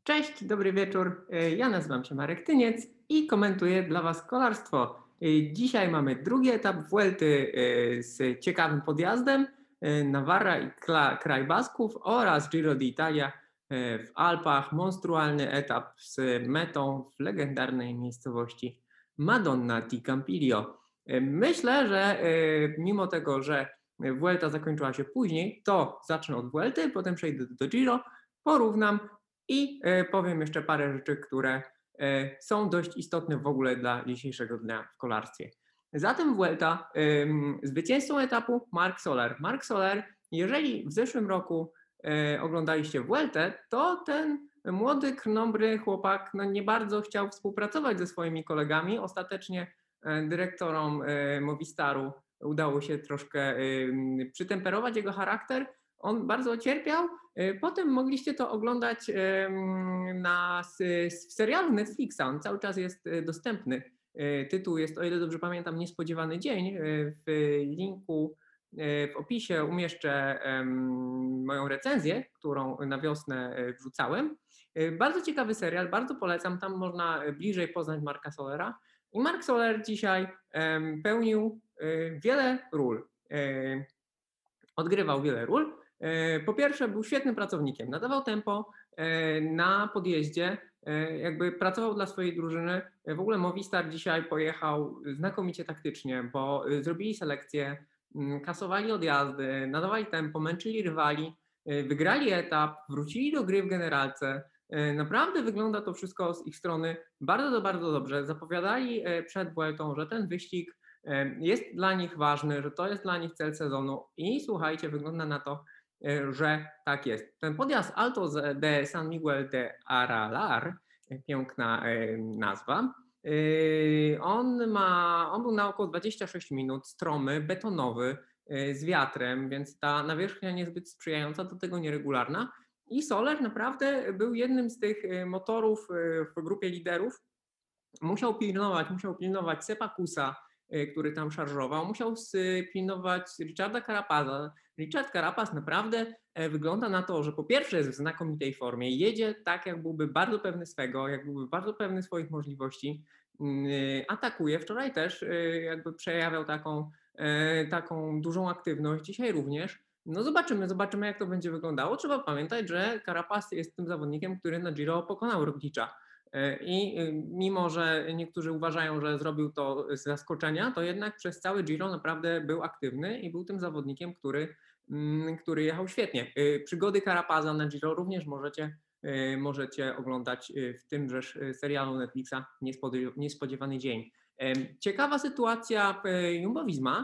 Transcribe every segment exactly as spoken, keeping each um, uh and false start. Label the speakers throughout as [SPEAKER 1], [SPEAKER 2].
[SPEAKER 1] Cześć, dobry wieczór. E, Ja nazywam się Marek Tyniec i komentuję dla Was kolarstwo. E, Dzisiaj mamy drugi etap Vuelty e, z ciekawym podjazdem e, Navarra i Kla- kraj Basków oraz Giro d'Italia e, w Alpach. Monstrualny etap z metą w legendarnej miejscowości Madonna di Campiglio. E, Myślę, że e, mimo tego, że Vuelta zakończyła się później, to zacznę od Vuelty, potem przejdę do Giro, porównam i e, powiem jeszcze parę rzeczy, które e, są dość istotne w ogóle dla dzisiejszego dnia w kolarstwie. Zatem Vuelta, ym, zwycięzcą etapu Marc Soler. Marc Soler, jeżeli w zeszłym roku e, oglądaliście Vueltę, to ten młody, krnąbry chłopak no, nie bardzo chciał współpracować ze swoimi kolegami. Ostatecznie e, dyrektorom e, Movistaru udało się troszkę e, przytemperować jego charakter. On bardzo cierpiał. Potem mogliście to oglądać na, w serialu Netflixa. On cały czas jest dostępny. Tytuł jest, o ile dobrze pamiętam, Niespodziewany dzień. W linku w opisie umieszczę moją recenzję, którą na wiosnę wrzucałem. Bardzo ciekawy serial, bardzo polecam. Tam można bliżej poznać Marca Solera. I Marc Soler dzisiaj pełnił wiele ról. Odgrywał wiele ról. Po pierwsze, był świetnym pracownikiem, nadawał tempo na podjeździe, jakby pracował dla swojej drużyny. W ogóle Movistar dzisiaj pojechał znakomicie taktycznie, bo zrobili selekcję, kasowali odjazdy, nadawali tempo, męczyli rywali, wygrali etap, wrócili do gry w generalce. Naprawdę wygląda to wszystko z ich strony bardzo, bardzo dobrze. Zapowiadali przed Vueltą, że ten wyścig jest dla nich ważny, że to jest dla nich cel sezonu i słuchajcie, wygląda na to, że tak jest. Ten podjazd Alto de San Miguel de Aralar, piękna nazwa, on, ma, on był na około dwadzieścia sześć minut, stromy, betonowy, z wiatrem, więc ta nawierzchnia niezbyt sprzyjająca, do tego nieregularna. I Soler naprawdę był jednym z tych motorów w grupie liderów. Musiał pilnować, musiał pilnować Sepa Kusa, który tam szarżował, musiał pilnować Richarda Carapaza. Richard Carapaz naprawdę wygląda na to, że po pierwsze jest w znakomitej formie, jedzie tak, jak byłby bardzo pewny swego, jak byłby bardzo pewny swoich możliwości, atakuje. Wczoraj też jakby przejawiał taką, taką dużą aktywność, dzisiaj również. No zobaczymy, zobaczymy jak to będzie wyglądało. Trzeba pamiętać, że Carapaz jest tym zawodnikiem, który na Giro pokonał Roglicza. I mimo, że niektórzy uważają, że zrobił to z zaskoczenia, to jednak przez cały Giro naprawdę był aktywny i był tym zawodnikiem, który, który jechał świetnie. Przygody Carapaza na Giro również możecie, możecie oglądać w tymże serialu Netflixa Niespodziewany dzień. Ciekawa sytuacja Jumbo-Visma,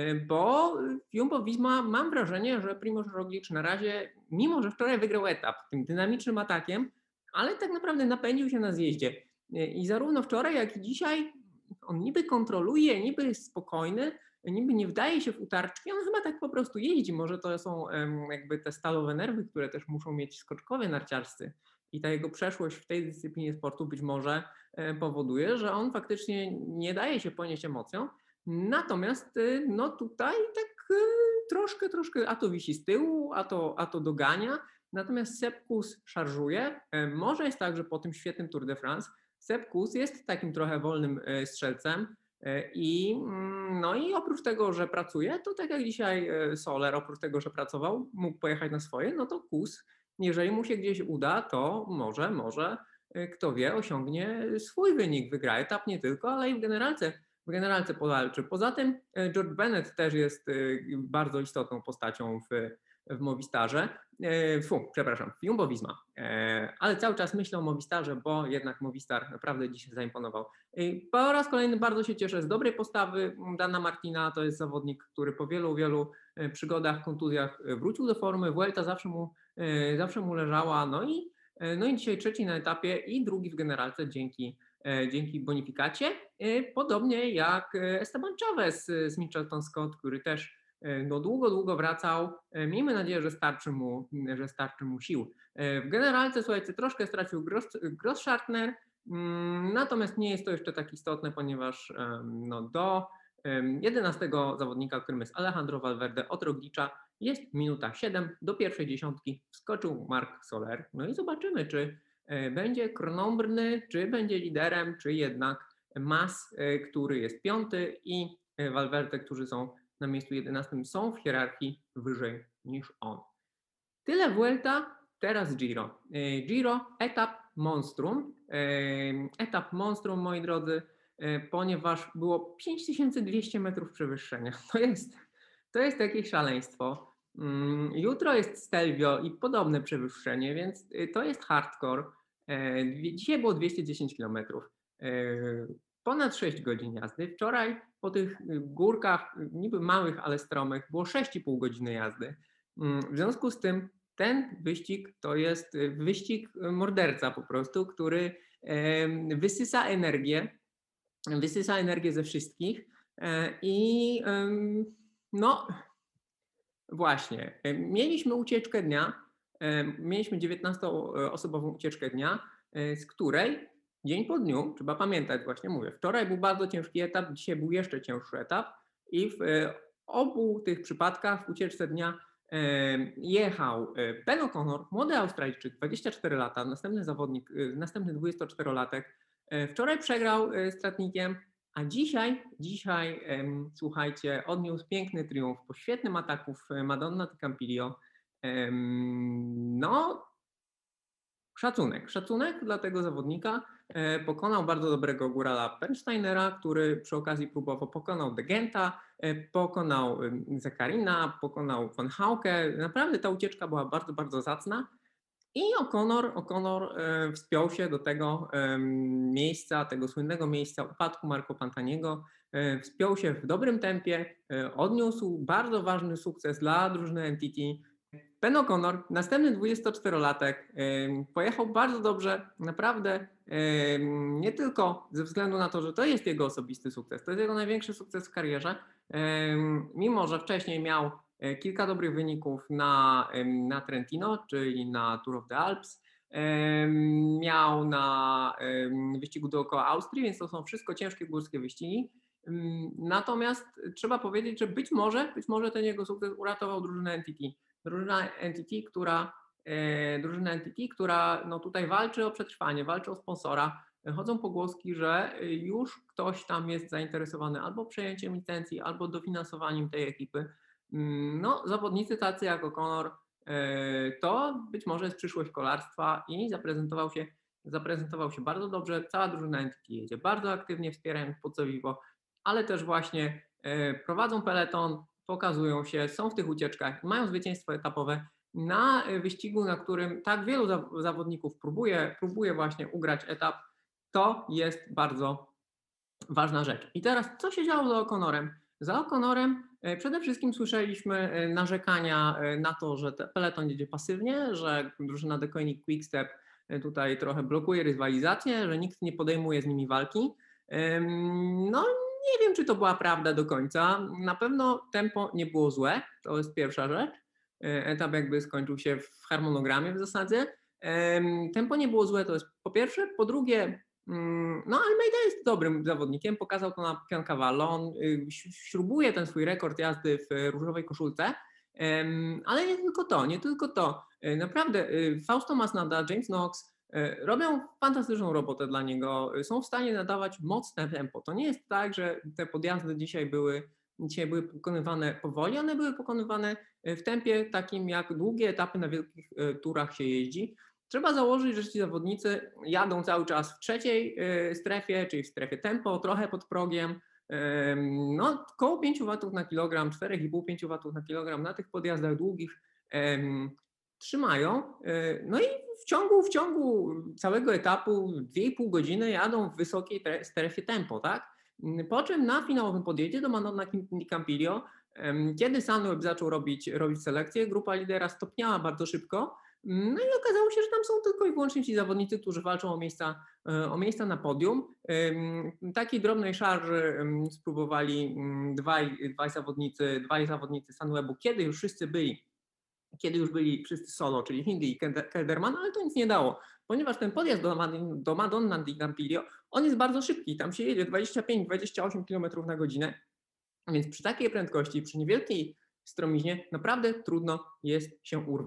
[SPEAKER 1] bo Jumbo-Visma mam wrażenie, że Primož Roglič na razie, mimo że wczoraj wygrał etap tym dynamicznym atakiem, ale tak naprawdę napędził się na zjeździe. I zarówno wczoraj, jak i dzisiaj on niby kontroluje, niby jest spokojny, niby nie wdaje się w utarczki, on chyba tak po prostu jeździ. Może to są jakby te stalowe nerwy, które też muszą mieć skoczkowie narciarscy. I ta jego przeszłość w tej dyscyplinie sportu być może powoduje, że on faktycznie nie daje się ponieść emocjom. Natomiast no tutaj tak troszkę, troszkę a to wisi z tyłu, a to, a to dogania. Natomiast Sepp Kuss szarżuje. Może jest tak, że po tym świetnym Tour de France Sepp Kuss jest takim trochę wolnym strzelcem i, no i oprócz tego, że pracuje, to tak jak dzisiaj Soler, oprócz tego, że pracował, mógł pojechać na swoje, no to Kuss, jeżeli mu się gdzieś uda, to może, może, kto wie, osiągnie swój wynik, wygra etap nie tylko, ale i w generalce, w generalce powalczy. Poza tym George Bennett też jest bardzo istotną postacią w w Movistarze, fu, przepraszam, w Jumbo-Visma, ale cały czas myślę o Movistarze, bo jednak Movistar naprawdę dzisiaj zaimponował. Po raz kolejny bardzo się cieszę z dobrej postawy Dana Martina, to jest zawodnik, który po wielu, wielu przygodach, kontuzjach wrócił do formy, Vuelta zawsze mu, zawsze mu leżała, no i, no i dzisiaj trzeci na etapie i drugi w generalce dzięki, dzięki bonifikacie, podobnie jak Esteban Chavez z Mitchelton Scott, który też no długo, długo wracał. Miejmy nadzieję, że starczy mu, że starczy mu sił. W generalce, słuchajcie, troszkę stracił Grosschartner, natomiast nie jest to jeszcze tak istotne, ponieważ no, do jedenastego zawodnika, którym jest Alejandro Valverde od Roglicza, jest minuta siedem, do pierwszej dziesiątki wskoczył Marc Soler. No i zobaczymy, czy, e, będzie krnąbrny, czy będzie liderem, czy jednak Mas, e, który jest piąty i e, Valverde, którzy są na miejscu jedenastym, są w hierarchii wyżej niż on. Tyle Vuelta, teraz Giro. E, Giro, etap monstrum. E, Etap monstrum, moi drodzy, e, ponieważ było pięć tysięcy dwieście metrów przewyższenia. To jest, to jest jakieś szaleństwo. Mm, Jutro jest Stelvio i podobne przewyższenie, więc y, to jest hardcore. E, dwie- Dzisiaj było dwieście dziesięć kilometrów. E, Ponad sześć godzin jazdy. Wczoraj po tych y, górkach, y, niby małych, ale stromych, było sześć i pół godziny jazdy. Mm, W związku z tym ten wyścig to jest y, wyścig y, morderca po prostu, który em, wysysa energię, wysysa energię ze wszystkich e, i em, no właśnie, e, mieliśmy ucieczkę dnia, e, mieliśmy dziewiętnastoosobową ucieczkę dnia, e, z której dzień po dniu, trzeba pamiętać, właśnie mówię, wczoraj był bardzo ciężki etap, dzisiaj był jeszcze cięższy etap i w e, obu tych przypadkach w ucieczce dnia e, jechał e, Ben O'Connor, młody Australijczyk, dwadzieścia cztery lata, następny zawodnik, e, następny dwudziestoczterolatek. E, Wczoraj przegrał e, z Tratnikiem, a dzisiaj, dzisiaj em, słuchajcie, odniósł piękny triumf po świetnym ataku w Madonna di Campiglio. Em, no, szacunek, szacunek dla tego zawodnika. E, pokonał bardzo dobrego górala Bernsteinera, który przy okazji próbowo pokonał De Genta, e, pokonał em, Zakarina, pokonał Van Hauke. Naprawdę ta ucieczka była bardzo, bardzo zacna. I O'Connor, O'Connor e, wspiął się do tego e, miejsca, tego słynnego miejsca upadku Marco Pantaniego, e, wspiął się w dobrym tempie, e, odniósł bardzo ważny sukces dla drużyny N T T. Ben O'Connor, następny dwudziestoczterolatek, e, pojechał bardzo dobrze, naprawdę e, nie tylko ze względu na to, że to jest jego osobisty sukces, to jest jego największy sukces w karierze, e, mimo że wcześniej miał e, kilka dobrych wyników na, em, na Trentino, czyli na Tour of the Alps. Em, Miał na em, wyścigu dookoła Austrii, więc to są wszystko ciężkie górskie wyścigi. Em, Natomiast trzeba powiedzieć, że być może, być może ten jego sukces uratował drużynę N T T. Drużyna N T T, która, e, drużyna N T T, która no tutaj walczy o przetrwanie, walczy o sponsora. Chodzą pogłoski, że już ktoś tam jest zainteresowany albo przejęciem licencji, albo dofinansowaniem tej ekipy. No, zawodnicy tacy jak O'Connor e, to być może jest przyszłość kolarstwa i zaprezentował się, zaprezentował się bardzo dobrze. Cała drużyna N T T jedzie bardzo aktywnie, wspierając Pocowiwo, ale też właśnie e, prowadzą peleton, pokazują się, są w tych ucieczkach, mają zwycięstwo etapowe na wyścigu, na którym tak wielu zawodników próbuje, próbuje właśnie ugrać etap. To jest bardzo ważna rzecz. I teraz, co się działo za O'Connorem? Za O'Connorem e, przede wszystkim słyszeliśmy e, narzekania e, na to, że peleton jedzie pasywnie, że drużyna The Koenig Quickstep e, tutaj trochę blokuje rywalizację, że nikt nie podejmuje z nimi walki. No, nie wiem, czy to była prawda do końca. Na pewno tempo nie było złe, to jest pierwsza rzecz. E, Etap jakby skończył się w harmonogramie w zasadzie. Tempo nie było złe, to jest po pierwsze. Po drugie, no Almeida jest dobrym zawodnikiem, pokazał to na Piancavallo, on y, śrubuje ten swój rekord jazdy w różowej koszulce, ale nie tylko to, nie tylko to. Y, Naprawdę y, Fausto Masnada, James Knox y, robią fantastyczną robotę dla niego, y, są w stanie nadawać mocne tempo. To nie jest tak, że te podjazdy dzisiaj były, dzisiaj były pokonywane powoli, one były pokonywane w tempie takim, jak długie etapy na wielkich y, turach się jeździ. Trzeba założyć, że ci zawodnicy jadą cały czas w trzeciej strefie, czyli w strefie tempo, trochę pod progiem. No, koło pięć watów na kilogram, cztery i pół do pięciu watów na kilogram na tych podjazdach długich um, trzymają. No i w ciągu, w ciągu całego etapu dwie i pół godziny jadą w wysokiej strefie tempo, tak? Po czym na finałowym podjeździe do Madonna di Campiglio, kiedy Sunweb zaczął robić, robić selekcję, grupa lidera stopniała bardzo szybko. No i okazało się, że tam są tylko i wyłącznie ci zawodnicy, którzy walczą o miejsca, o miejsca na podium. Takiej drobnej szarży spróbowali dwaj, dwaj zawodnicy, dwaj zawodnicy Sunwebu, kiedy już wszyscy byli, kiedy już byli wszyscy solo, czyli Hindley i Kelderman, ale to nic nie dało, ponieważ ten podjazd do, do Madonna di Campiglio, on jest bardzo szybki, tam się jedzie dwadzieścia pięć do dwudziestu ośmiu kilometrów na godzinę, więc przy takiej prędkości, przy niewielkiej stromiźnie naprawdę trudno jest się urwać.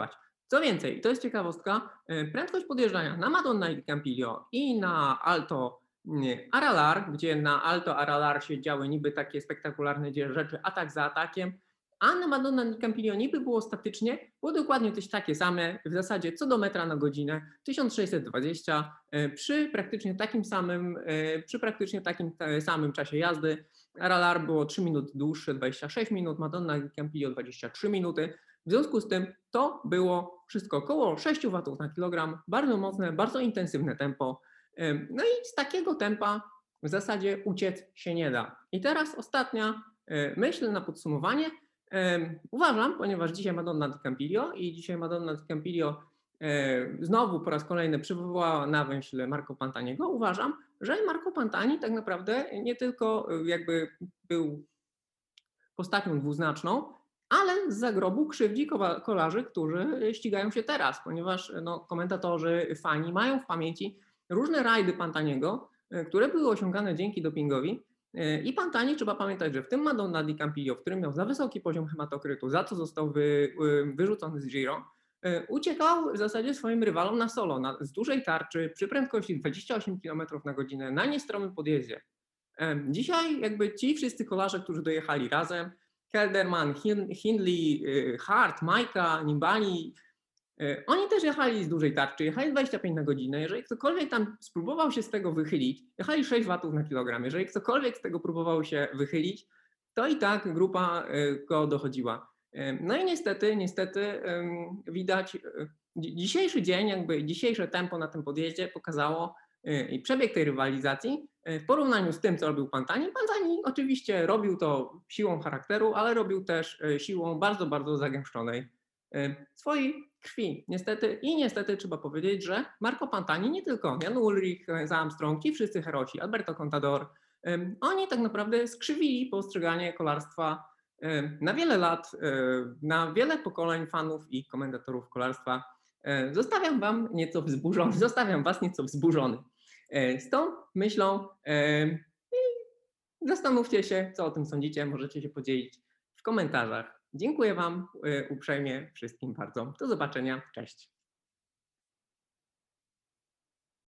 [SPEAKER 1] Co więcej, to jest ciekawostka, prędkość podjeżdżania na Madonna i Campillo i na Alto Aralar, gdzie na Alto Aralar się działy niby takie spektakularne rzeczy, atak za atakiem, a na Madonna i Campillo niby było statycznie, było dokładnie coś takie same, w zasadzie co do metra na godzinę, tysiąc sześćset dwadzieścia przy praktycznie takim samym, przy praktycznie takim samym czasie jazdy. Aralar było trzy minuty dłuższe, dwadzieścia sześć minut, Madonna i Campillo dwadzieścia trzy minuty. W związku z tym to było wszystko około sześć watów na kilogram, bardzo mocne, bardzo intensywne tempo. No i z takiego tempa w zasadzie uciec się nie da. I teraz ostatnia myśl na podsumowanie. Uważam, ponieważ dzisiaj Madonna di Campillo i dzisiaj Madonna di Campillo znowu po raz kolejny przywołała na myśl Marco Pantaniego, uważam, że Marco Pantani tak naprawdę nie tylko jakby był postacią dwuznaczną, ale z zagrobu krzywdzi kolarzy, którzy ścigają się teraz, ponieważ no, komentatorzy, fani mają w pamięci różne rajdy Pantaniego, które były osiągane dzięki dopingowi. I Pantani, trzeba pamiętać, że w tym Madonna di Campillo, w którym miał za wysoki poziom hematokrytu, za co został wy, wyrzucony z Giro, uciekał w zasadzie swoim rywalom na solo, na, z dużej tarczy, przy prędkości dwadzieścia osiem kilometrów na godzinę, na niestromym podjeździe. Dzisiaj jakby ci wszyscy kolarze, którzy dojechali razem, Kelderman, Hindley, Hart, Majka, Nibali, oni też jechali z dużej tarczy, jechali dwadzieścia pięć na godzinę. Jeżeli ktokolwiek tam spróbował się z tego wychylić, jechali sześć watów na kilogram. Jeżeli ktokolwiek z tego próbował się wychylić, to i tak grupa go dochodziła. No i niestety, niestety widać, dzisiejszy dzień, jakby dzisiejsze tempo na tym podjeździe pokazało i przebieg tej rywalizacji w porównaniu z tym, co robił Pantani. Pantani oczywiście robił to siłą charakteru, ale robił też siłą bardzo, bardzo zagęszczonej swojej krwi. Niestety i niestety trzeba powiedzieć, że Marco Pantani, nie tylko Jan Ullrich, Armstrong, ci wszyscy herosi, Alberto Contador, oni tak naprawdę skrzywili postrzeganie kolarstwa na wiele lat, na wiele pokoleń fanów i komentatorów kolarstwa. Zostawiam wam nieco wzburzony, zostawiam was nieco wzburzony z tą myślą. Zastanówcie się, co o tym sądzicie, możecie się podzielić w komentarzach. Dziękuję wam uprzejmie wszystkim bardzo. Do zobaczenia. Cześć.